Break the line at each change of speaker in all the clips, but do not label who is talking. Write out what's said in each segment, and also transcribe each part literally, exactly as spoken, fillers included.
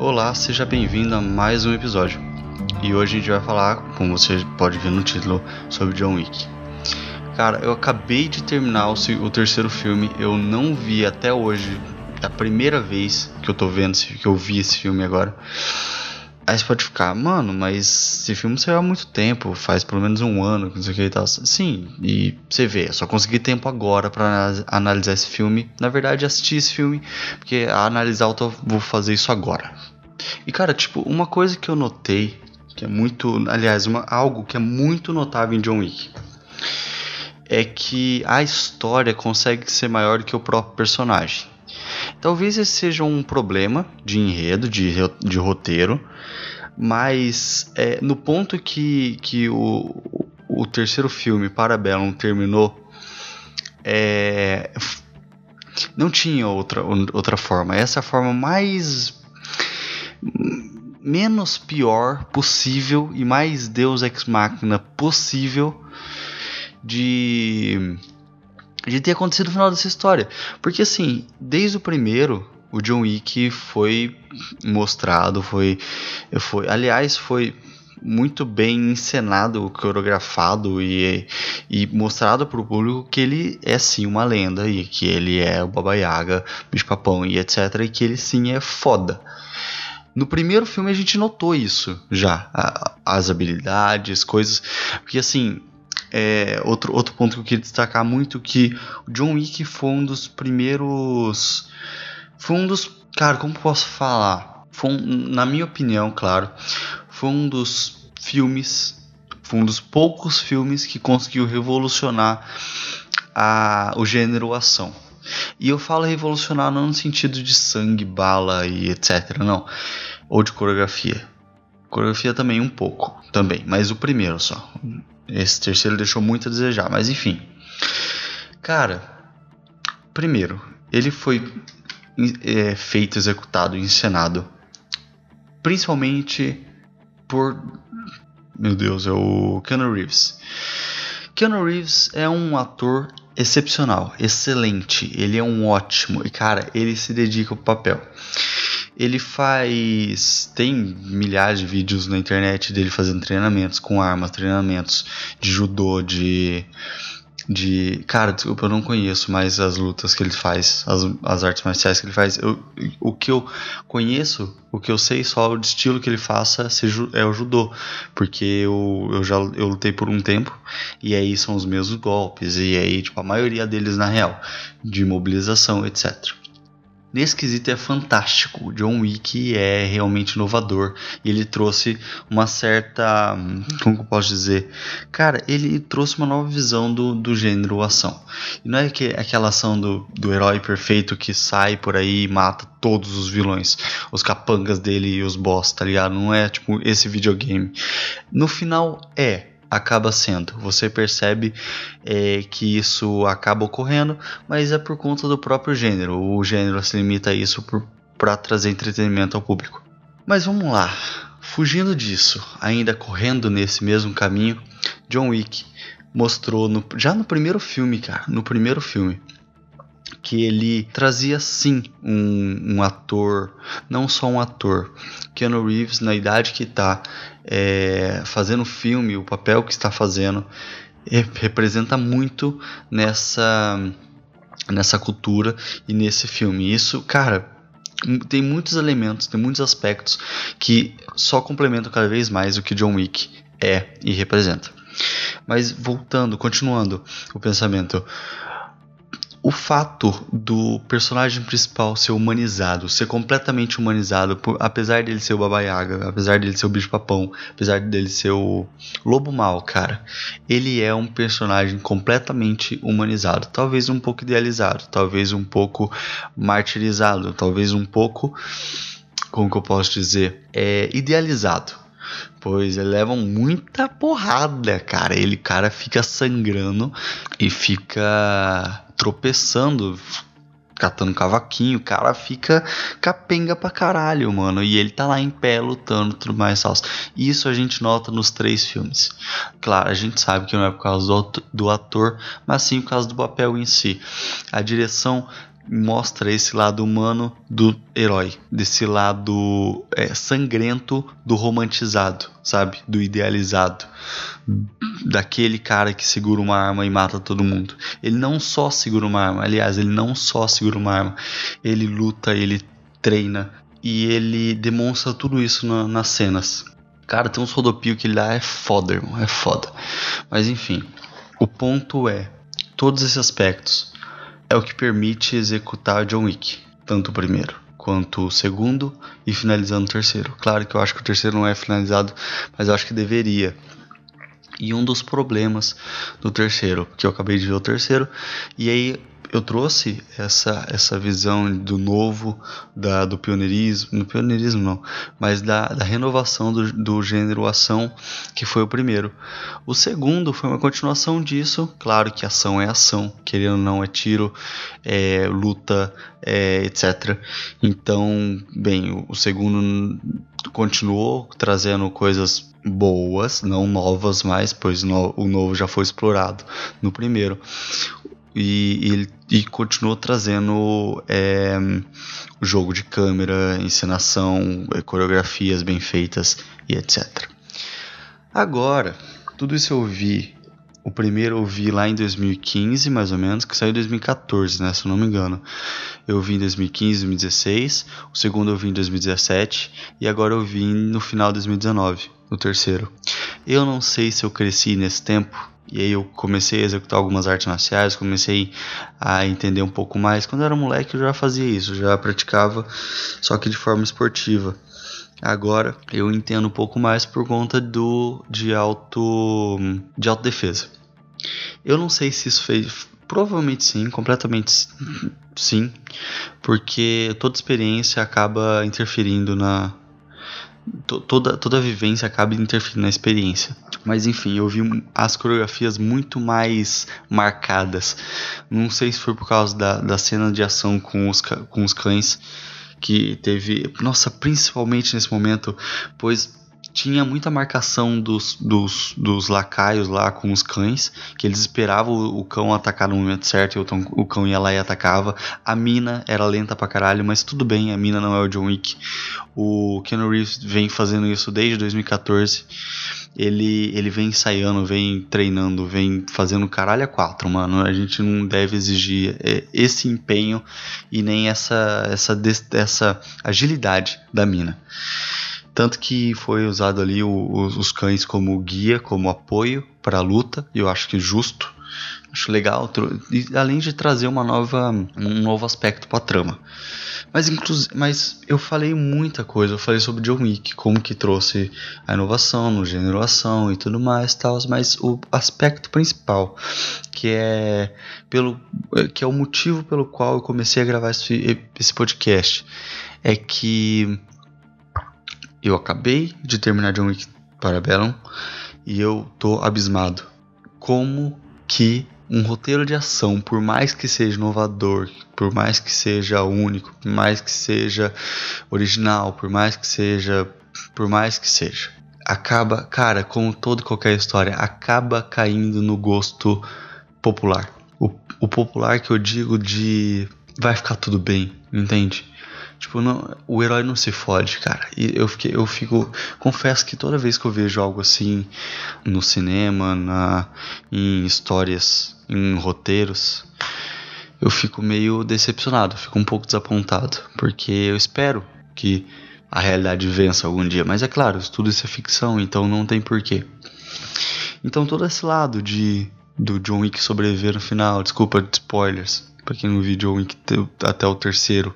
Olá, seja bem-vindo a mais um episódio. E hoje a gente vai falar, como você pode ver no título, sobre John Wick. Cara, eu acabei de terminar o, o terceiro filme, eu não vi até hoje, é a primeira vez que eu tô vendo, que eu vi esse filme agora. Aí você pode ficar, mano, mas esse filme saiu há muito tempo, faz pelo menos um ano, não sei o que e tal. Sim, e você vê, eu só consegui tempo agora pra analisar esse filme. Na verdade, assistir esse filme, porque a analisar eu tô, vou fazer isso agora. E cara, tipo, uma coisa que eu notei, que é muito, aliás, uma, algo que é muito notável em John Wick, é que a história consegue ser maior do que o próprio personagem. Talvez esse seja um problema de enredo, de, de roteiro, mas é, no ponto que, que o, o terceiro filme, Parabellum, terminou, é, não tinha outra, outra forma. Essa é a forma mais menos pior possível e mais Deus Ex Machina possível de... de ter acontecido no final dessa história. Porque assim, desde o primeiro, o John Wick foi mostrado, foi, foi aliás, foi muito bem encenado, coreografado e, e mostrado para o público que ele é sim uma lenda e que ele é o Baba Yaga, Bicho Papão e etc, e que ele sim é foda. No primeiro filme a gente notou isso já, a, as habilidades, coisas, porque assim, É, outro, outro ponto que eu queria destacar muito, que o John Wick foi um dos primeiros, foi um dos, cara, como posso falar, foi um, na minha opinião, claro, foi um dos filmes, foi um dos poucos filmes que conseguiu revolucionar a, o gênero ação. E eu falo revolucionar não no sentido de sangue, bala e etc, não, ou de coreografia. Coreografia também um pouco, também, mas o primeiro só. Esse terceiro deixou muito a desejar, mas enfim. Cara, primeiro, ele foi é, feito, executado, encenado, principalmente por, meu Deus, é o Keanu Reeves. Keanu Reeves é um ator excepcional, excelente, ele é um ótimo, e cara, ele se dedica ao papel. Ele faz... tem milhares de vídeos na internet dele fazendo treinamentos com armas, treinamentos de judô, de... de cara, desculpa, eu não conheço mais as lutas que ele faz, as, as artes marciais que ele faz. Eu, o que eu conheço, o que eu sei só o estilo que ele faça é o judô, porque eu, eu já eu lutei por um tempo, e aí são os mesmos golpes, e aí tipo, a maioria deles na real, de mobilização, etcétera. Nesse quesito é fantástico, o John Wick é realmente inovador, ele trouxe uma certa, como que eu posso dizer, cara, ele trouxe uma nova visão do, do gênero ação, e não é que, aquela ação do, do herói perfeito que sai por aí e mata todos os vilões, os capangas dele e os boss, tá ligado, não é tipo esse videogame, no final é, acaba sendo, você percebe é, que isso acaba ocorrendo, mas é por conta do próprio gênero, o gênero se limita a isso para trazer entretenimento ao público. Mas vamos lá, fugindo disso, ainda correndo nesse mesmo caminho, John Wick mostrou, no, já no primeiro filme, cara, no primeiro filme, que ele trazia sim um, um ator, não só um ator, Keanu Reeves na idade que está é, fazendo o filme, o papel que está fazendo, é, representa muito nessa, nessa cultura e nesse filme. Isso, cara, tem muitos elementos, tem muitos aspectos que só complementam cada vez mais o que John Wick é e representa. Mas voltando, continuando o pensamento, o fato do personagem principal ser humanizado, ser completamente humanizado, por, apesar dele ser o Baba Yaga, apesar dele ser o Bicho Papão, apesar dele ser o Lobo Mal, cara, ele é um personagem completamente humanizado, talvez um pouco idealizado, talvez um pouco martirizado, talvez um pouco, como que eu posso dizer, é, idealizado. Pois ele leva muita porrada, cara. Ele, cara, fica sangrando e fica tropeçando, catando cavaquinho. O cara fica capenga pra caralho, mano. E ele tá lá em pé lutando, tudo mais tal. Isso a gente nota nos três filmes. Claro, a gente sabe que não é por causa do, do ator, mas sim por causa do papel em si. A direção mostra esse lado humano do herói, desse lado é, sangrento do romantizado, sabe? Do idealizado, daquele cara que segura uma arma e mata todo mundo. Ele não só segura uma arma, aliás, ele não só segura uma arma, ele luta, ele treina e ele demonstra tudo isso na, nas cenas. Cara, tem uns rodopios que ele dá, é foda, irmão, é foda. Mas enfim, o ponto é, todos esses aspectos é o que permite executar John Wick, tanto o primeiro quanto o segundo e finalizando o terceiro. Claro que eu acho que o terceiro não é finalizado, mas eu acho que deveria. E um dos problemas do terceiro, porque eu acabei de ver o terceiro, e aí eu trouxe essa, essa visão do novo, da, do pioneirismo, no pioneirismo não, mas da, da renovação do, do gênero ação, que foi o primeiro. O segundo foi uma continuação disso, claro que ação é ação, querendo ou não é tiro, é luta, é, etcétera. Então, bem, o, o segundo continuou trazendo coisas boas, não novas mais, pois no, o novo já foi explorado no primeiro. E, e, e continuou trazendo é, o jogo de câmera, encenação, coreografias bem feitas e etcétera. Agora, tudo isso eu vi. O primeiro eu vi lá em dois mil e quinze, mais ou menos, que saiu em dois mil e catorze, né, se eu não me engano. Eu vi em dois mil e quinze, dois mil e dezesseis, o segundo eu vi em dois mil e dezessete e agora eu vi no final de dois mil e dezenove, o terceiro. Eu não sei se eu cresci nesse tempo. E aí eu comecei a executar algumas artes marciais, comecei a entender um pouco mais. Quando eu era moleque eu já fazia isso, já praticava, só que de forma esportiva. Agora eu entendo um pouco mais por conta do, de, auto, de autodefesa. Eu não sei se isso fez... Provavelmente sim, completamente sim. Porque toda experiência acaba interferindo na... Toda, toda a vivência acaba interferindo na experiência. Mas enfim, eu vi as coreografias muito mais marcadas. Não sei se foi por causa da, da cena de ação com os, com os cães, que teve... Nossa, principalmente nesse momento, pois tinha muita marcação dos, dos, dos lacaios lá com os cães, que eles esperavam o, o cão atacar no momento certo, e o, tom, o cão ia lá e atacava. A mina era lenta pra caralho, mas tudo bem, a mina não é o John Wick. O Keanu Reeves vem fazendo isso desde dois mil e catorze. Ele, ele vem ensaiando, vem treinando, vem fazendo caralho a quatro, mano. A gente não deve exigir esse empenho e nem essa, essa, essa agilidade da mina. Tanto que foi usado ali o, os, os cães como guia, como apoio para a luta, e eu acho que justo, acho legal, e além de trazer uma nova, um novo aspecto para a trama. Mas, mas eu falei muita coisa, eu falei sobre John Wick, como que trouxe a inovação no gênero ação e tudo mais, tal, mas o aspecto principal, que é, pelo, que é o motivo pelo qual eu comecei a gravar esse, esse podcast, é que eu acabei de terminar John Wick Parabellum e eu tô abismado. Como que um roteiro de ação, por mais que seja inovador, por mais que seja único, por mais que seja original, por mais que seja, por mais que seja, acaba, cara, como toda e qualquer história, acaba caindo no gosto popular. O, o popular que eu digo de vai ficar tudo bem, entende? Tipo, não, o herói não se fode, cara. E eu, fiquei, eu fico... Confesso que toda vez que eu vejo algo assim no cinema, na, em histórias, em roteiros, eu fico meio decepcionado, fico um pouco desapontado. Porque eu espero que a realidade vença algum dia. Mas é claro, tudo isso é ficção, então não tem porquê. Então todo esse lado de, do John Wick sobreviver no final, desculpa, spoilers, pra quem não viu John Wick até o terceiro.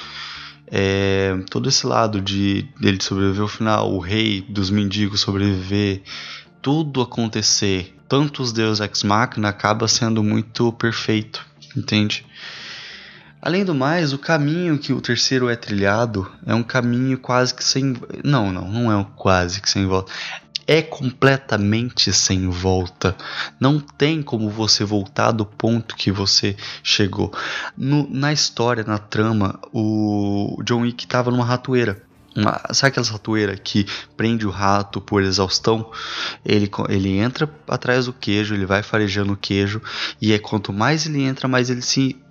É, todo esse lado de dele sobreviver ao final, o rei dos mendigos sobreviver, tudo acontecer, tanto os Deus Ex Machina, acaba sendo muito perfeito, entende? Além do mais, o caminho que o terceiro é trilhado é um caminho quase que sem... Não, não, não é um quase que sem volta. É completamente sem volta. Não tem como você voltar do ponto que você chegou. No, na história, na trama, o John Wick estava numa ratoeira. Uma, sabe aquelas ratoeiras que prende o rato por exaustão? Ele, ele entra atrás do queijo, ele vai farejando o queijo. E é quanto mais ele entra, mais ele se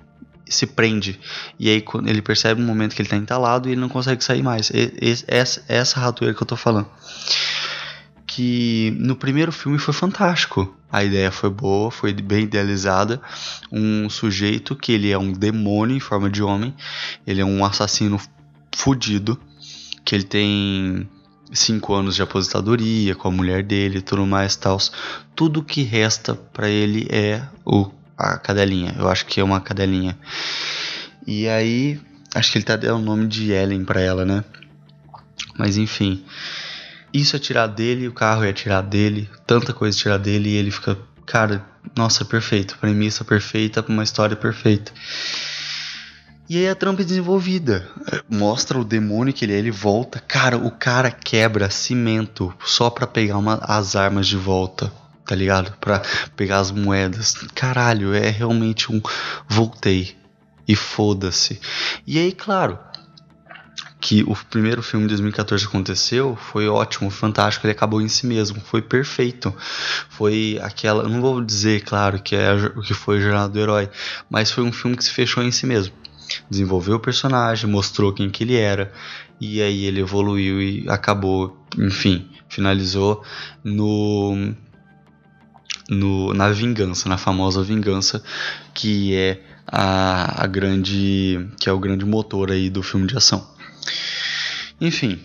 se prende. E aí quando ele percebe um momento que ele tá entalado e ele não consegue sair mais. E, e, essa, essa ratoeira que eu tô falando. Que no primeiro filme foi fantástico. A ideia foi boa, foi bem idealizada. Um sujeito que ele é um demônio em forma de homem. Ele é um assassino fudido. Que ele tem cinco anos de aposentadoria com a mulher dele e tudo mais, tal. Tudo que resta pra ele é o, a cadelinha. Eu acho que é uma cadelinha. E aí, acho que ele tá dando o nome de Ellen pra ela, né? Mas enfim, isso é tirar dele, o carro é tirar dele, tanta coisa tirar dele, e ele fica, cara, nossa, perfeito, premissa perfeita pra uma história perfeita. E aí a trama é desenvolvida, mostra o demônio que ele é, ele volta, cara, o cara quebra cimento só pra pegar uma, as armas de volta, tá ligado? Pra pegar as moedas, caralho, é realmente um voltei e foda-se. E aí, claro, que o primeiro filme de dois mil e catorze aconteceu, foi ótimo, fantástico, ele acabou em si mesmo, foi perfeito. Foi aquela, eu não vou dizer, claro, que é o que foi a Jornada do Herói, mas foi um filme que se fechou em si mesmo. Desenvolveu o personagem, mostrou quem que ele era, e aí ele evoluiu e acabou, enfim, finalizou no, no na vingança, na famosa vingança, que é a, a grande, que é o grande motor aí do filme de ação. Enfim,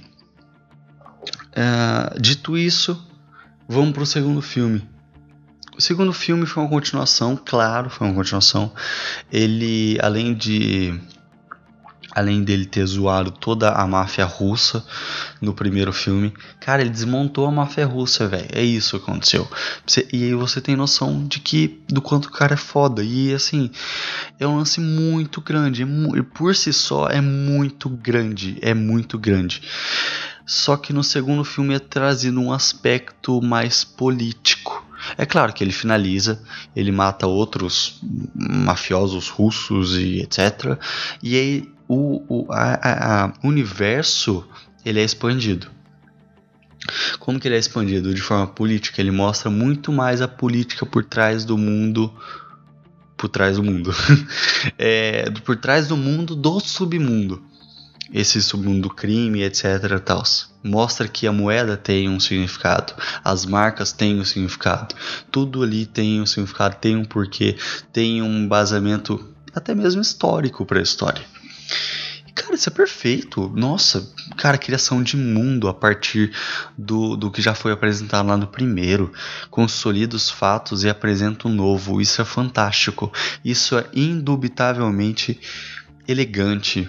uh, dito isso, vamos pro segundo filme. O segundo filme foi uma continuação, claro, foi uma continuação. Ele, além de, além dele ter zoado toda a máfia russa no primeiro filme, cara, ele desmontou a máfia russa, velho. É isso que aconteceu. Você, e aí você tem noção de que do quanto o cara é foda. E assim, é um lance muito grande. É mu- por si só é muito grande, é muito grande. Só que no segundo filme é trazido um aspecto mais político. É claro que ele finaliza, ele mata outros mafiosos russos e etcétera. E aí o, o a, a, a universo ele é expandido. Como que ele é expandido? De forma política. Ele mostra muito mais a política por trás do mundo. Por trás do mundo. é, por trás do mundo do submundo. Esse submundo do crime, etcétera. Tals. Mostra que a moeda tem um significado, as marcas têm um significado, tudo ali tem um significado, tem um porquê, tem um embasamento até mesmo histórico para a história. E, cara, isso é perfeito. Nossa, cara, criação de mundo a partir do, do que já foi apresentado lá no primeiro, consolida os fatos e apresenta um novo. Isso é fantástico. Isso é indubitavelmente elegante.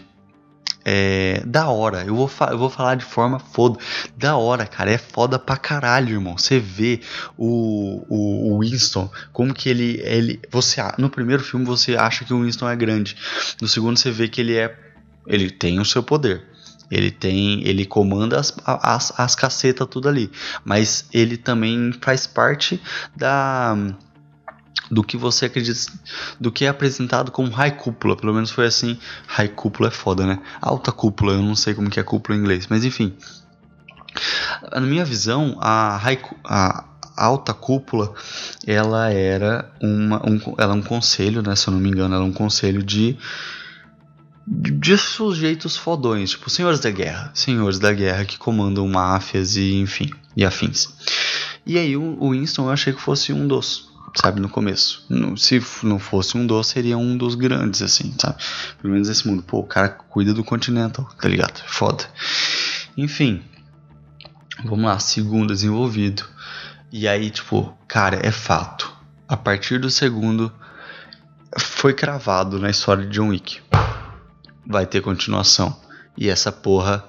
É, da hora, eu vou, fa- eu vou falar de forma foda. Da hora, cara, é foda pra caralho, irmão. Você vê o, o, o Winston, como que ele, ele você, no primeiro filme você acha que o Winston é grande, no segundo você vê que ele é, ele tem o seu poder, ele tem, ele comanda as, as, as cacetas tudo ali, mas ele também faz parte da do que você acredita, do que é apresentado como high cúpula, pelo menos foi assim. High cúpula é foda, né? Alta cúpula, eu não sei como que é cúpula em inglês, mas enfim. Na minha visão, a, high, a alta cúpula, ela era uma, um, ela é um conselho, né? Se eu não me engano, ela é um conselho de de, de sujeitos fodões, tipo senhores da guerra, senhores da guerra que comandam máfias e enfim, e afins. E aí o, o Winston eu achei que fosse um dos, sabe, no começo. No, se não fosse um dos, seria um dos grandes, assim, sabe? Pelo menos esse mundo. Pô, o cara cuida do Continental, tá ligado? Foda. Enfim. Vamos lá, segundo desenvolvido. E aí, tipo, cara, é fato. A partir do segundo, foi cravado na história de John Wick. Vai ter continuação. E essa porra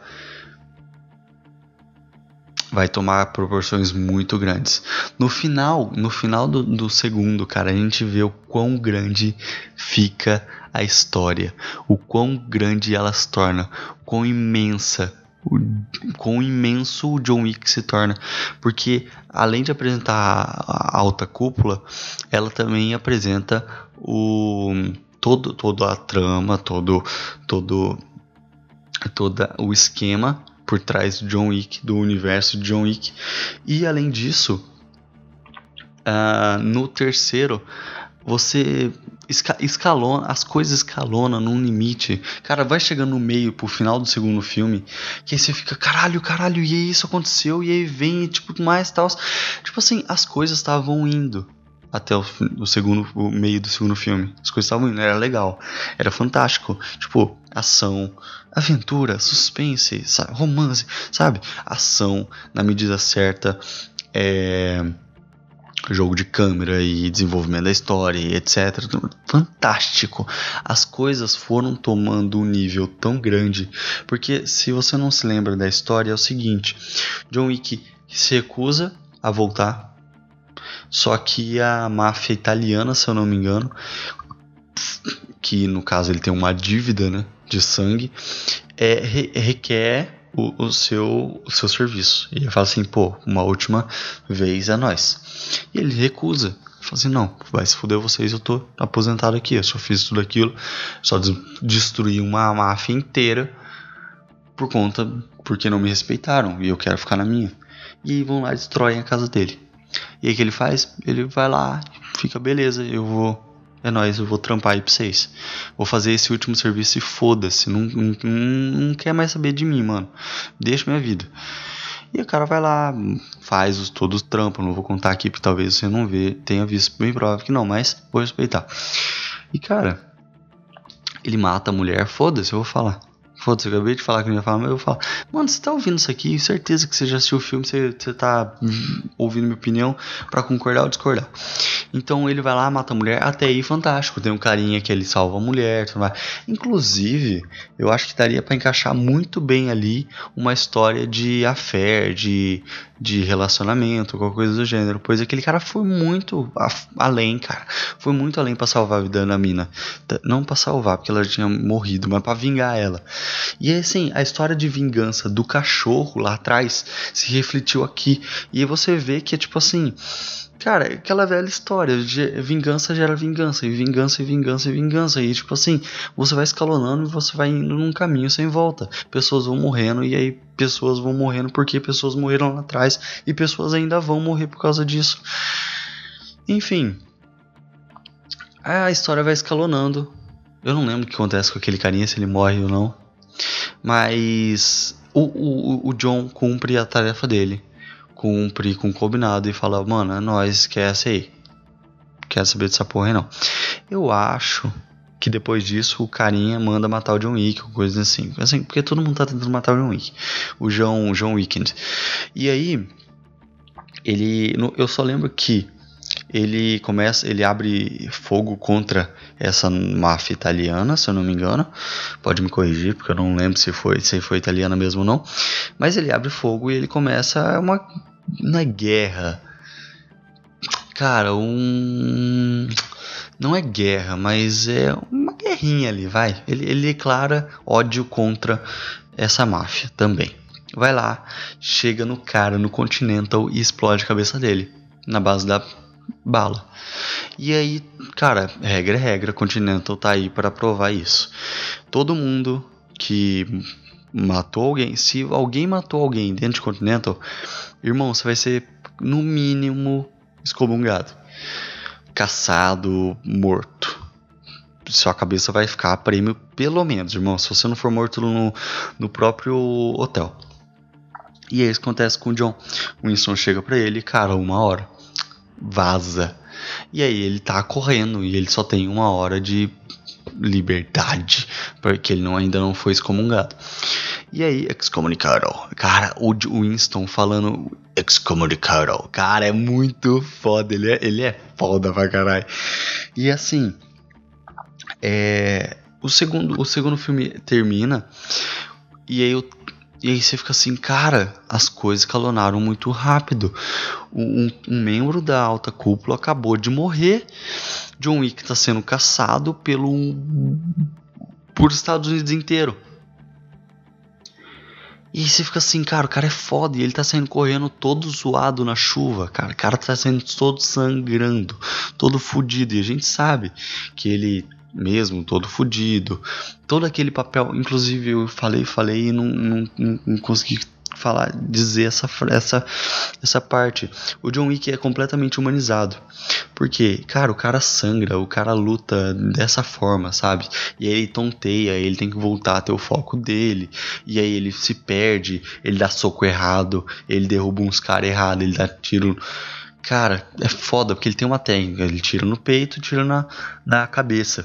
vai tomar proporções muito grandes. No final, no final do, do segundo, cara, a gente vê o quão grande fica a história, o quão grande ela se torna, o quão imensa, o quão imenso o John Wick se torna, porque além de apresentar a, a alta cúpula, ela também apresenta o todo, toda a trama, todo, todo, todo o esquema por trás do John Wick, do universo de John Wick. E além disso, uh, no terceiro, você esca- escalona, as coisas escalonam num limite. Cara, vai chegando no meio, pro final do segundo filme, que aí você fica, caralho, caralho, e aí isso aconteceu, e aí vem, e, tipo, mais tal. Tipo assim, as coisas estavam indo até o, fi- o segundo, o meio do segundo filme. As coisas estavam indo, era legal, era fantástico. Tipo, ação, aventura, suspense, sa- romance, sabe? Ação na medida certa, é, jogo de câmera e desenvolvimento da história e etcétera. Fantástico. As coisas foram tomando um nível tão grande, porque se você não se lembra da história, é o seguinte: John Wick se recusa a voltar, só que a máfia italiana, se eu não me engano, que no caso ele tem uma dívida, né, de sangue, é, re- requer o, o, seu, o seu serviço. E ele fala assim, pô, uma última vez é nós. E ele recusa. Ele fala assim, não, vai se fuder vocês, eu tô aposentado aqui, eu só fiz tudo aquilo, só des- destruí uma máfia inteira por conta, porque não me respeitaram, e eu quero ficar na minha. E aí vão lá e destroem a casa dele. E aí o que ele faz? Ele vai lá, fica, beleza, eu vou... É nóis, eu vou trampar aí pra vocês. Vou fazer esse último serviço e foda-se. Não, não, não, não quer mais saber de mim, mano. Deixa minha vida. E o cara vai lá, faz os, todos os trampos. Não vou contar aqui, porque talvez você não vê, tenha visto, bem provável que não, mas vou respeitar. E cara, ele mata a mulher, foda-se, eu vou falar. Foda-se, eu acabei de falar que não ia falar, mas eu vou falar. Mano, você tá ouvindo isso aqui? Certeza que você já assistiu o filme, você, você tá hum, ouvindo minha opinião pra concordar ou discordar. Então ele vai lá, mata a mulher, até aí fantástico. Tem um carinha que ele salva a mulher, tudo mais. Inclusive, eu acho que daria pra encaixar muito bem ali uma história de affair, de, de relacionamento, qualquer coisa do gênero. Pois aquele cara foi muito a- além, cara. Foi muito além pra salvar a vida da mina. T- Não pra salvar, porque ela já tinha morrido, mas pra vingar ela. E assim, a história de vingança do cachorro lá atrás se refletiu aqui. E aí você vê que é tipo assim. Cara, é aquela velha história de vingança gera vingança, e vingança e vingança e vingança. E tipo assim, você vai escalonando e você vai indo num caminho sem volta. Pessoas vão morrendo e aí pessoas vão morrendo porque pessoas morreram lá atrás e pessoas ainda vão morrer por causa disso. Enfim, a história vai escalonando. Eu não lembro o que acontece com aquele carinha, se ele morre ou não. Mas o, o, o John cumpre a tarefa dele. Cumpre com o combinado e fala, mano, é nóis, esquece aí. Quero saber dessa porra aí não. Eu acho que depois disso o carinha manda matar o John Wick, coisa assim. Assim, porque todo mundo tá tentando matar o John Wick. O John, John Wickend. E aí, ele. Eu só lembro que ele começa, ele abre fogo contra essa máfia italiana, se eu não me engano. Pode me corrigir, porque eu não lembro se foi, se foi italiana mesmo ou não. Mas ele abre fogo e ele começa uma, uma guerra. Cara, um... Não é guerra, mas é uma guerrinha ali, vai. Ele, ele declara ódio contra essa máfia também. Vai lá, chega no cara, no Continental e explode a cabeça dele. Na base da bala. E aí, cara, regra é regra, Continental tá aí para provar isso. Todo mundo que matou alguém, se alguém matou alguém dentro de Continental, irmão, você vai ser no mínimo excomungado, caçado, morto. Sua cabeça vai ficar a prêmio pelo menos, irmão, se você não for morto no, no próprio hotel. E é isso que acontece com o John. O Winston chega pra ele, cara, uma hora, vaza. E aí ele tá correndo e ele só tem uma hora de liberdade, porque ele não, ainda não foi excomungado. E aí, excommunicado. Cara, o Winston falando excommunicado. Cara, é muito foda. Ele é, ele é foda pra caralho. E assim, é, o, segundo, o segundo filme termina. E aí, eu, e aí você fica assim, cara, as coisas escalonaram muito rápido. Um, um membro da alta cúpula acabou de morrer. John Wick tá sendo caçado pelo por Estados Unidos inteiro. E você fica assim, cara, o cara é foda. E ele tá saindo correndo todo zoado na chuva, cara. O cara tá saindo todo sangrando, todo fudido. E a gente sabe que ele mesmo, todo fudido, todo aquele papel. Inclusive eu falei, falei e não, não, não, não consegui falar, dizer essa, essa, essa parte. O John Wick é completamente humanizado. Porque, cara, o cara sangra, o cara luta dessa forma, sabe? E aí ele tonteia, ele tem que voltar a ter o foco dele. E aí ele se perde, ele dá soco errado, ele derruba uns caras errados, ele dá tiro. Cara, é foda, porque ele tem uma técnica. Ele tira no peito, tira na, na cabeça.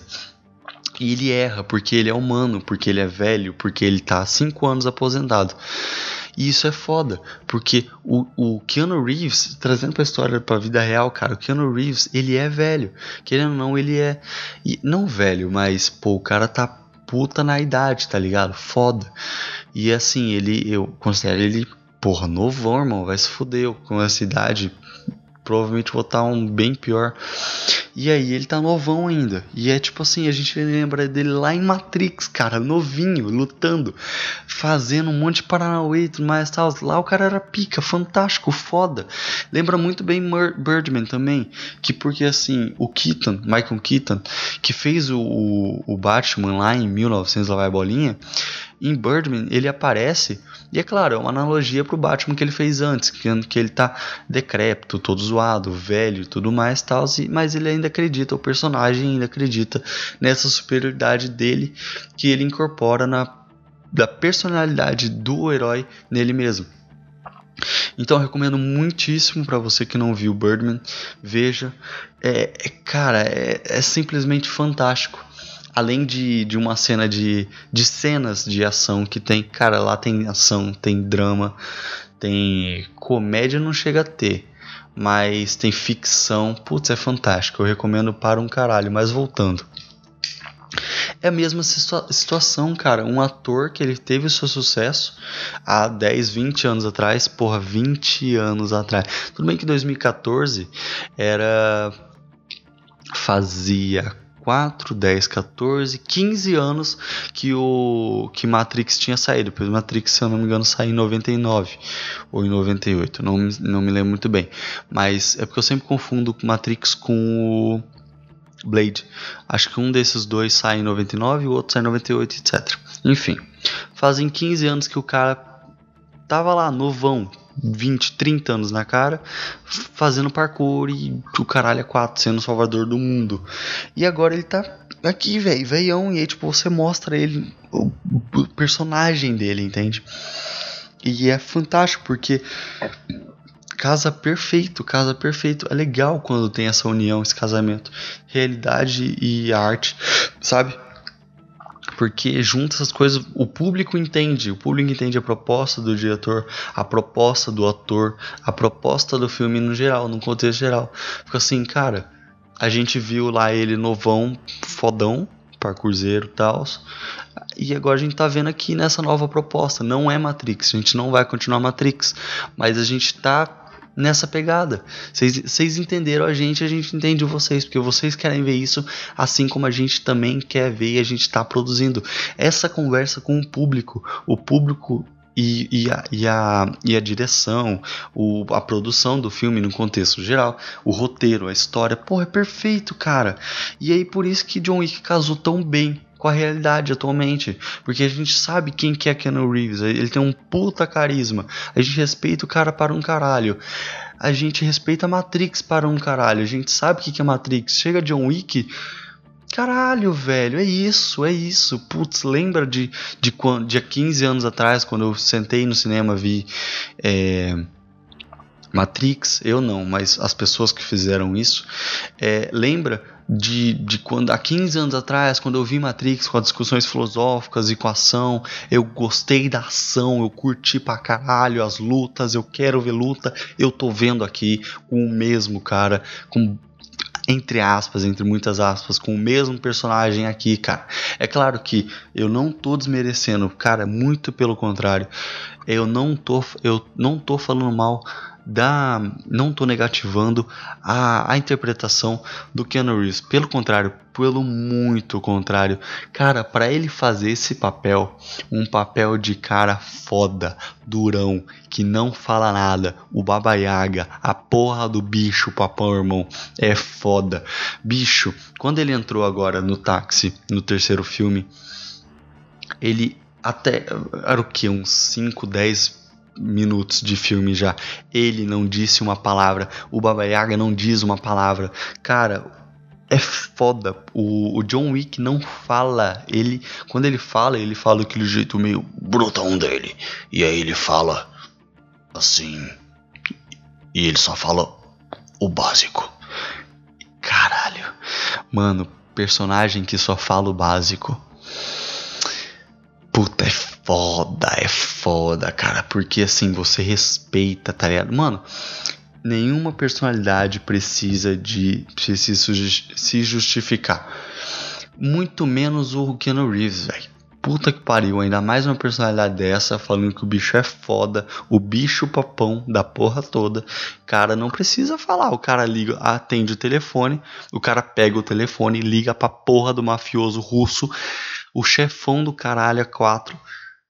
E ele erra, porque ele é humano, porque ele é velho, porque ele tá há cinco anos aposentado. E isso é foda, porque o, o Keanu Reeves, trazendo pra história, pra vida real, cara, o Keanu Reeves, ele é velho. Querendo ou não, ele é... E, não velho, mas, pô, o cara tá puta na idade, tá ligado? Foda. E assim, ele, eu considero ele, porra, novão, irmão, vai se fuder. Com essa idade, provavelmente vou estar um bem pior. E aí ele tá novão ainda. E é tipo assim, a gente lembra dele lá em Matrix, cara, novinho, lutando, fazendo um monte de paranauê e tudo mais, tal. Lá o cara era pica, fantástico, foda. Lembra muito bem Birdman também, que porque assim, o Keaton, Michael Keaton, que fez o, o, o Batman lá em mil e novecentos, lá vai a bolinha, em Birdman ele aparece, e é claro, é uma analogia pro Batman que ele fez antes, que, que ele tá decrépito, todo zoado, velho e tudo mais, tal, mas ele ainda acredita, o personagem ainda acredita nessa superioridade dele, que ele incorpora na da personalidade do herói nele mesmo. Então eu recomendo muitíssimo para você que não viu Birdman, veja, é, é, cara, é, é simplesmente fantástico. Além de, de uma cena de, de cenas de ação que tem, cara, lá tem ação, tem drama, tem comédia, não chega a ter, mas tem ficção, putz, é fantástico, eu recomendo para um caralho. Mas voltando, é a mesma situa- situação, cara, um ator que ele teve o seu sucesso há dez, vinte anos atrás, porra, vinte anos atrás, tudo bem que dois mil e catorze era, fazia quatro, dez, catorze, quinze anos que o que Matrix tinha saído. Pois Matrix, se eu não me engano, saiu em noventa e nove ou em noventa e oito, não, não me lembro muito bem. Mas é porque eu sempre confundo Matrix com o Blade. Acho que um desses dois sai em noventa e nove, o outro sai em noventa e oito, etcétera. Enfim, fazem quinze anos que o cara tava lá, novão, vinte, trinta anos na cara, fazendo parkour e o caralho é quatro, sendo o salvador do mundo. E agora ele tá aqui, velho, veião, e aí tipo, você mostra ele, o, o personagem dele, entende? E é fantástico, porque casa perfeito, casa perfeito. É legal quando tem essa união, esse casamento, realidade e arte, sabe? Porque junta essas coisas, o público entende, o público entende a proposta do diretor, a proposta do ator, a proposta do filme no geral, no contexto geral. Fica assim, cara, a gente viu lá ele novão, fodão, parkourzeiro e tal, e agora a gente tá vendo aqui nessa nova proposta. Não é Matrix, a gente não vai continuar Matrix, mas a gente tá nessa pegada. Vocês entenderam a gente, a gente entende vocês, porque vocês querem ver isso, assim como a gente também quer ver e a gente está produzindo. Essa conversa com o público, o público e, e, a, e, a, e a direção, o, a produção do filme no contexto geral, o roteiro, a história, porra, é perfeito, cara. E aí por isso que John Wick casou tão bem com a realidade atualmente, porque a gente sabe quem que é Keanu Reeves, ele tem um puta carisma, a gente respeita o cara para um caralho, a gente respeita a Matrix para um caralho, a gente sabe o que que é Matrix. Chega John Wick, caralho, velho, é isso, é isso. Putz, lembra de, de, de, de há quinze anos atrás, quando eu sentei no cinema, vi é, Matrix, eu não, mas as pessoas que fizeram isso, é, lembra de, de quando há quinze anos atrás, quando eu vi Matrix com as discussões filosóficas e com a ação, eu gostei da ação, eu curti pra caralho as lutas, eu quero ver luta, eu tô vendo aqui com o mesmo cara, com, entre aspas, entre muitas aspas, com o mesmo personagem aqui, cara. É claro que eu não tô desmerecendo, cara, muito pelo contrário, eu não tô, eu não tô falando mal da, não tô negativando a, a interpretação do Keanu Reeves, pelo contrário, pelo muito contrário, cara, para ele fazer esse papel, um papel de cara foda, durão, que não fala nada, o Baba Yaga, a porra do bicho, papão irmão, é foda, bicho, quando ele entrou agora no táxi, no terceiro filme, ele até, era o que, uns cinco, dez minutos de filme já. Ele não disse uma palavra. O Baba Yaga não diz uma palavra. Cara, é foda. O, o John Wick não fala. Ele, quando ele fala, ele fala daquele jeito meio brutão dele. E aí ele fala assim. E ele só fala o básico. Caralho. Mano, personagem que só fala o básico. Puta, é foda, é foda, cara. Porque assim, você respeita, tá ligado? Mano, nenhuma personalidade precisa de precisa se justificar. Muito menos o Keanu Reeves, velho. Puta que pariu, ainda mais uma personalidade dessa, falando que o bicho é foda, o bicho papão da porra toda. Cara, não precisa falar, o cara liga, atende o telefone, o cara pega o telefone, liga pra porra do mafioso russo, o chefão do caralho a quatro.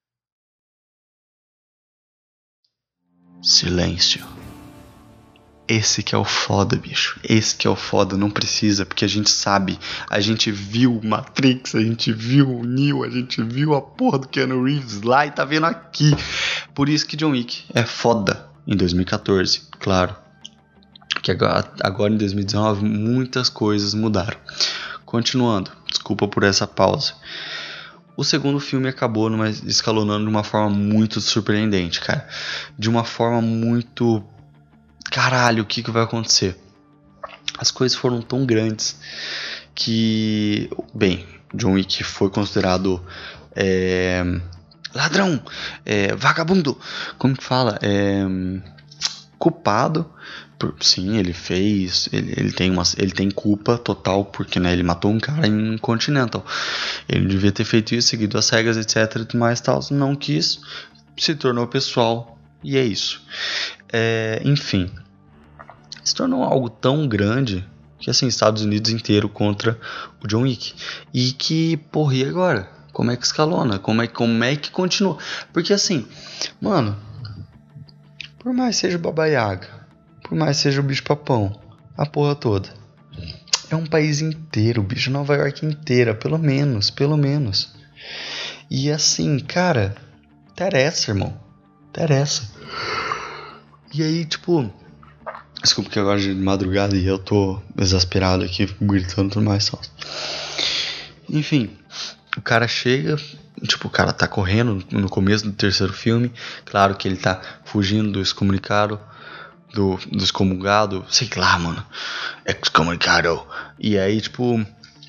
Silêncio. Esse que é o foda, bicho. Esse que é o foda, não precisa, porque a gente sabe, a gente viu Matrix, a gente viu o Neo, a gente viu a porra do Keanu Reeves lá e tá vendo aqui. Por isso que John Wick é foda em dois mil e catorze, claro. Que agora, agora em dois mil e dezenove muitas coisas mudaram. Continuando, desculpa por essa pausa. O segundo filme acabou numa, escalonando de uma forma muito surpreendente, cara. De uma forma muito... Caralho, o que, que vai acontecer? As coisas foram tão grandes que... Bem, John Wick foi considerado é, ladrão, é, vagabundo, como que fala? É, culpado. Por, sim, ele fez, ele, ele, tem uma, ele tem culpa total, porque né, ele matou um cara em Continental. Ele devia ter feito isso, seguido as regras, etc, e mais tal, não quis, se tornou pessoal, e é isso. É, enfim, se tornou algo tão grande que assim, Estados Unidos inteiro contra o John Wick. E que, porra, e agora? Como é que escalona? Como é, como é que continua? Porque assim, mano, por mais seja o Baba Yaga, por mais seja o bicho papão, a porra toda, é um país inteiro, bicho, Nova York inteira, pelo menos, pelo menos. E assim, cara, interessa, irmão, interessa. E aí, tipo, desculpa que agora é de madrugada e eu tô exasperado aqui, gritando e tudo mais. Tal. Enfim, o cara chega, tipo, o cara tá correndo no começo do terceiro filme. Claro que ele tá fugindo do excomunicado, do, do excomungado, sei lá, mano, excommunicado. E aí, tipo,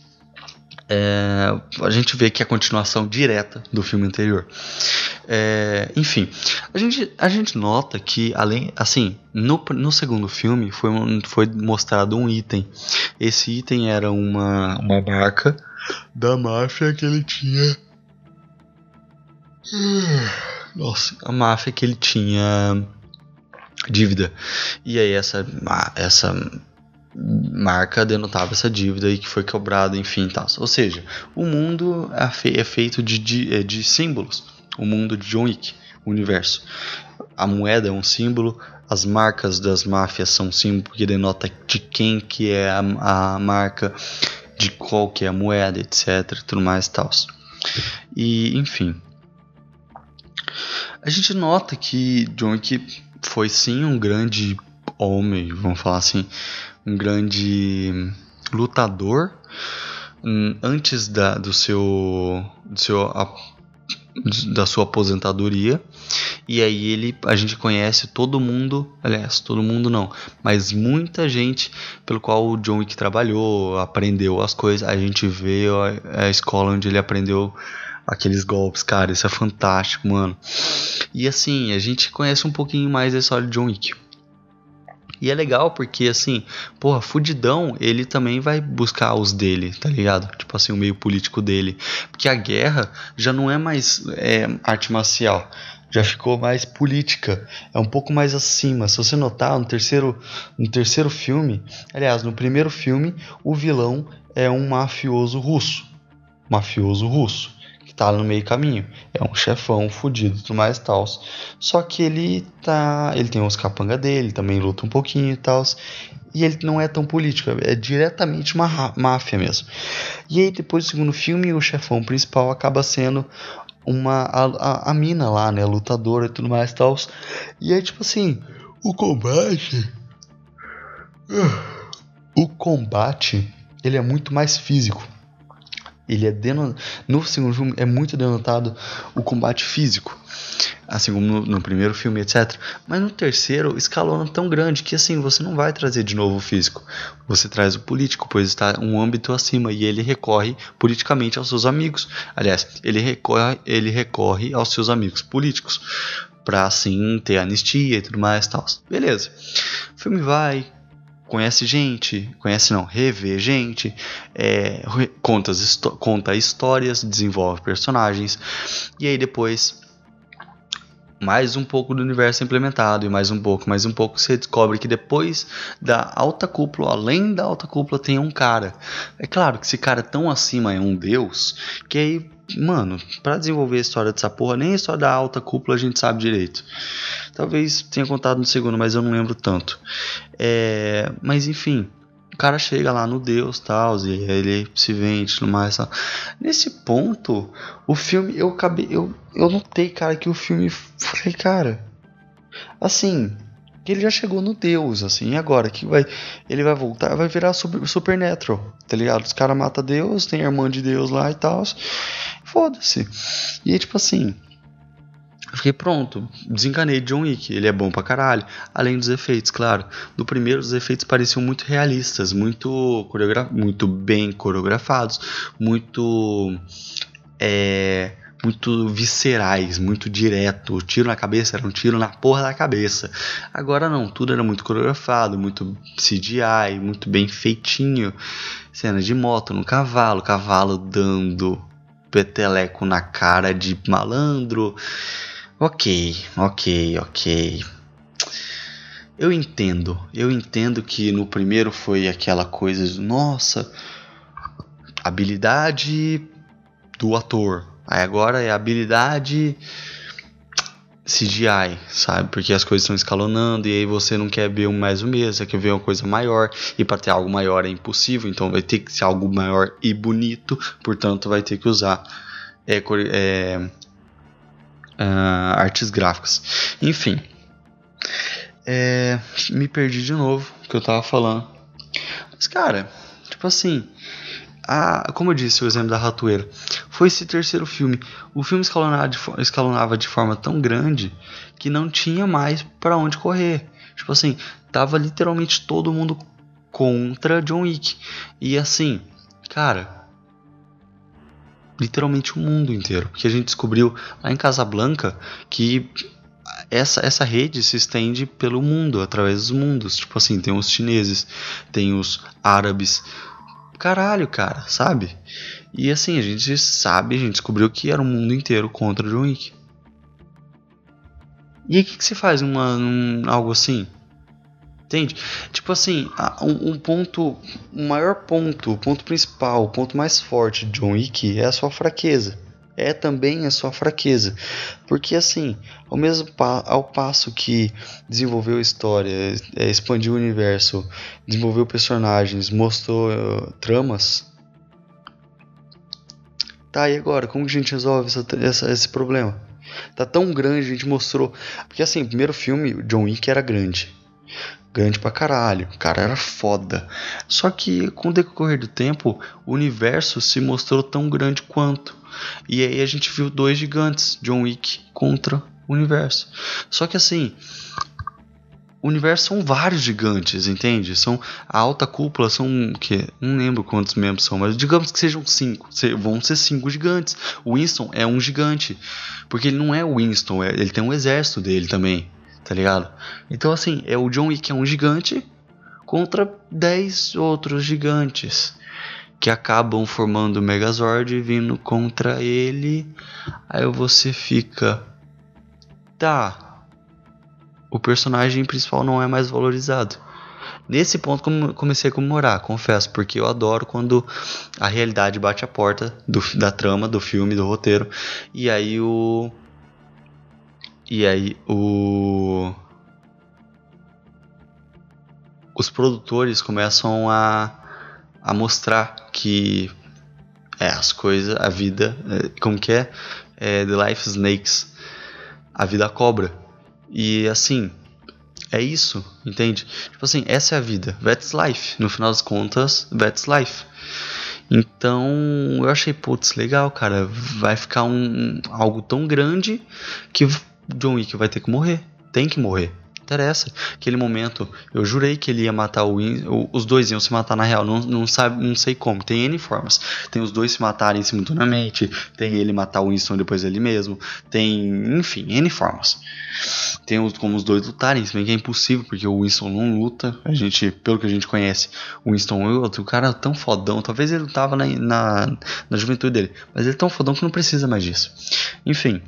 é, a gente vê que é a continuação direta do filme anterior. É, enfim, a gente, a gente nota que, além, assim, no, no segundo filme foi, foi mostrado um item. Esse item era uma, uma marca da máfia que ele tinha. Nossa, a máfia que ele tinha dívida. E aí essa, essa marca denotava essa dívida e que foi cobrada, enfim, tal. Ou seja, o mundo é feito de, de, de símbolos. O mundo de John Wick, o universo. A moeda é um símbolo, as marcas das máfias são um símbolo porque denota de quem que é a, a marca, de qual que é a moeda, etc, tudo mais e tal. E, enfim, a gente nota que John Wick foi sim um grande homem, vamos falar assim, um grande lutador antes da, do seu, do seu da sua aposentadoria. E aí ele, a gente conhece todo mundo, aliás, todo mundo não, mas muita gente pelo qual o John Wick trabalhou, aprendeu as coisas. A gente vê a, a escola onde ele aprendeu aqueles golpes, cara, isso é fantástico, mano. E assim, a gente conhece um pouquinho mais da história de John Wick. E é legal porque, assim, porra, fudidão, ele também vai buscar os dele, tá ligado? Tipo assim, o meio político dele. Porque a guerra já não é mais é, arte marcial, já ficou mais política. É um pouco mais acima. Se você notar, no terceiro, no terceiro filme, aliás, no primeiro filme, o vilão é um mafioso russo. Mafioso russo. Tá no meio caminho, é um chefão fudido e tudo mais e tal. Só que ele tá, ele tem uns capanga dele, também luta um pouquinho e tal. E ele não é tão político, é diretamente uma máfia mesmo. E aí depois do segundo filme, o chefão principal acaba sendo uma a, a, a mina lá, né, lutadora e tudo mais e tal. E aí, tipo assim, o combate o combate, ele é muito mais físico. Ele é deno... No segundo filme é muito denotado o combate físico, assim como no, no primeiro filme, etcétera. Mas no terceiro, escalona tão grande que assim, você não vai trazer de novo o físico. Você traz o político, pois está um âmbito acima e ele recorre politicamente aos seus amigos. Aliás, ele recorre, ele recorre aos seus amigos políticos para assim ter anistia e tudo mais e tal. Beleza. O filme vai, conhece gente, conhece não, revê gente, é, conta, conta histórias, desenvolve personagens, e aí depois mais um pouco do universo implementado, e mais um pouco, mais um pouco, você descobre que depois da alta cúpula, além da alta cúpula, tem um cara. É claro que esse cara tão acima é um deus, que aí, mano, pra desenvolver a história dessa porra, nem a história da alta cúpula a gente sabe direito. Talvez tenha contado no segundo, mas eu não lembro tanto. É, mas enfim, o cara chega lá no Deus tal, e ele se vende tudo mais. Tal. Nesse ponto, o filme, eu acabei, eu, eu notei, cara, que o filme, falei, cara, assim, ele já chegou no Deus, assim, e agora que vai, ele vai voltar, vai virar super, Supernatural, tá ligado? Os caras matam Deus, tem a irmã de Deus lá e tal, foda-se. E aí, tipo assim, eu fiquei pronto, desencanei de John Wick, ele é bom pra caralho, além dos efeitos, claro. No primeiro os efeitos pareciam muito realistas, muito, coreogra- muito bem coreografados, muito, é, muito viscerais, muito direto. O tiro na cabeça era um tiro na porra da cabeça. Agora não, tudo era muito coreografado, muito C G I, muito bem feitinho. Cena de moto no cavalo, cavalo dando peteleco na cara de malandro. Ok, ok, ok. Eu entendo, eu entendo que no primeiro foi aquela coisa de, nossa, habilidade do ator. Aí agora é habilidade C G I, sabe? Porque as coisas estão escalonando e aí você não quer ver mais o mesmo, você quer ver uma coisa maior. E para ter algo maior é impossível, então vai ter que ser algo maior e bonito, portanto vai ter que usar é, é, Uh, artes gráficas. Enfim, é, me perdi de novo que eu tava falando. Mas cara, tipo assim, a, como eu disse, o exemplo da ratoeira foi esse terceiro filme. O filme escalonava de, escalonava de forma tão grande que não tinha mais pra onde correr. Tipo assim, tava literalmente todo mundo contra John Wick. E assim, cara, literalmente o mundo inteiro, porque a gente descobriu lá em Casablanca que essa, essa rede se estende pelo mundo, através dos mundos, tipo assim, tem os chineses, tem os árabes, caralho, cara, sabe? E assim, a gente sabe, a gente descobriu que era o mundo inteiro contra o John Wick. E aí o que, que se faz uma, um, algo assim? Entende? Tipo assim, um, um ponto, o maior ponto, o ponto principal, o ponto mais forte de John Wick é a sua fraqueza. É também a sua fraqueza. Porque assim, ao mesmo pa- ao passo que desenvolveu a história, é, expandiu o universo, desenvolveu personagens, mostrou uh, tramas. Tá, e agora? Como que a gente resolve essa, essa, esse problema? Tá tão grande, a gente mostrou. Porque assim, o primeiro filme, o John Wick era grande. Grande pra caralho, o cara era foda. Só que com o decorrer do tempo, o universo se mostrou tão grande quanto. E aí a gente viu dois gigantes, John Wick contra o universo. Só que assim, o universo são vários gigantes, entende? São a alta cúpula são que não lembro quantos membros são, mas digamos que sejam cinco, vão ser cinco gigantes. O Winston é um gigante, porque ele não é o Winston, ele tem um exército dele também. Tá ligado? Então assim, é o John Wick é um gigante contra dez outros gigantes que acabam formando o Megazord vindo contra ele. Aí você fica, tá, o personagem principal não é mais valorizado. Nesse ponto comecei a comemorar, confesso, porque eu adoro quando a realidade bate a porta do, da trama, do filme, do roteiro. E aí o E aí o os produtores começam a, a mostrar que é, as coisas, a vida, é, como que é? é The Life Snakes, a vida cobra. E assim, é isso, entende? Tipo assim, essa é a vida, that's life. No final das contas, that's life. Então, eu achei, putz, legal, cara. Vai ficar um, algo tão grande que John Wick vai ter que morrer. Tem que morrer. Interessa. Aquele momento, eu jurei que ele ia matar o Winston. Os dois iam se matar na real. Não, não, sabe, não sei como. Tem N formas. Tem os dois se matarem simultaneamente. Tem ele matar o Winston depois ele mesmo. Tem, enfim, N formas. Tem os, como os dois lutarem. Se bem que é impossível, porque o Winston não luta. A gente, pelo que a gente conhece, o Winston é outro. O cara é tão fodão. Talvez ele lutava na, na, na juventude dele. Mas ele é tão fodão que não precisa mais disso. Enfim.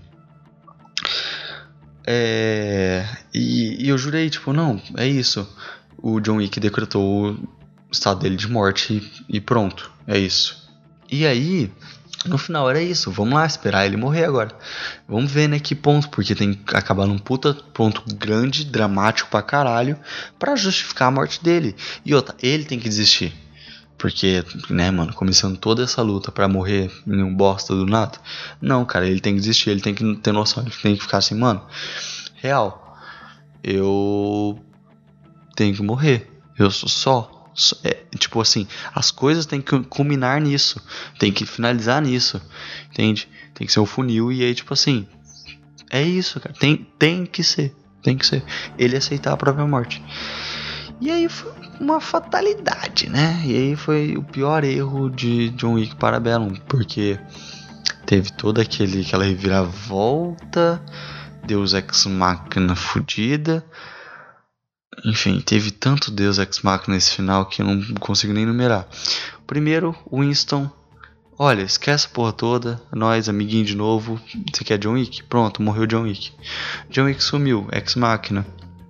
É, e, e eu jurei, tipo, não, é isso. O John Wick decretou o estado dele de morte e, e pronto, é isso. E aí, no final era isso, vamos lá esperar ele morrer agora. Vamos ver, né, que ponto, porque tem que acabar num puta ponto grande, dramático pra caralho, pra justificar a morte dele. E outra, ele tem que desistir. Porque, né, mano, começando toda essa luta pra morrer em um bosta do nada. Não, cara, ele tem que desistir, ele tem que ter noção, ele tem que ficar assim, mano, real, eu tenho que morrer, eu sou só, só é, tipo assim, as coisas tem que culminar nisso, tem que finalizar nisso, entende? Tem que ser um funil e aí, tipo assim, é isso, cara, tem, tem que ser, tem que ser, ele aceitar a própria morte. E aí foi uma fatalidade, né? E aí foi o pior erro de John Wick Parabellum, porque teve toda aquele, aquela reviravolta, Deus Ex Machina fudida. Enfim, teve tanto Deus Ex Machina nesse final que eu não consigo nem numerar. Primeiro, Winston. Olha, esquece a porra toda, nós, amiguinho de novo. Você quer John Wick? Pronto, morreu John Wick. John Wick sumiu, Ex Machina.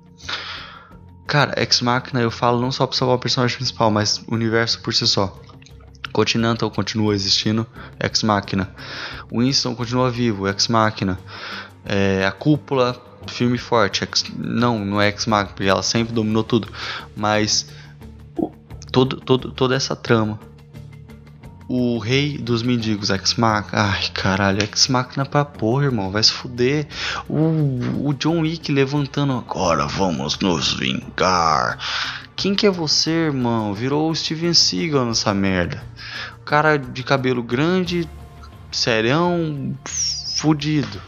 Cara, Ex Machina eu falo não só pra salvar o personagem principal, mas o universo por si só. Continental continua existindo, Ex Machina. Winston continua vivo, Ex Machina. É, a Cúpula, filme forte. Ex... Não, não é Ex Machina, porque ela sempre dominou tudo. Mas todo, todo, toda essa trama. O Rei dos Mendigos, Ex Machina. Ai, caralho, Ex Machina pra porra, irmão. Vai se fuder. O, o John Wick levantando. Agora vamos nos vingar. Quem que é você, irmão? Virou o Steven Seagal nessa merda. O cara de cabelo grande, serião, fudido.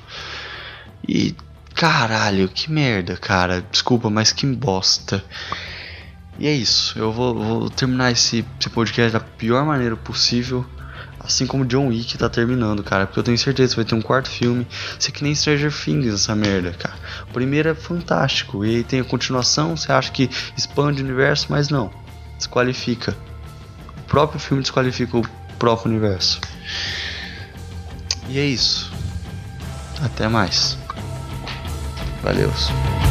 E caralho, que merda, cara. Desculpa, mas que bosta. E é isso, eu vou, vou terminar esse, esse podcast da pior maneira possível, assim como John Wick tá terminando, cara, porque eu tenho certeza que vai ter um quarto filme. Isso é que nem Stranger Things, essa merda, cara. O primeiro é fantástico, e aí tem a continuação, você acha que expande o universo, mas não, desqualifica. O próprio filme desqualifica o próprio universo. E é isso. Até mais. Valeu.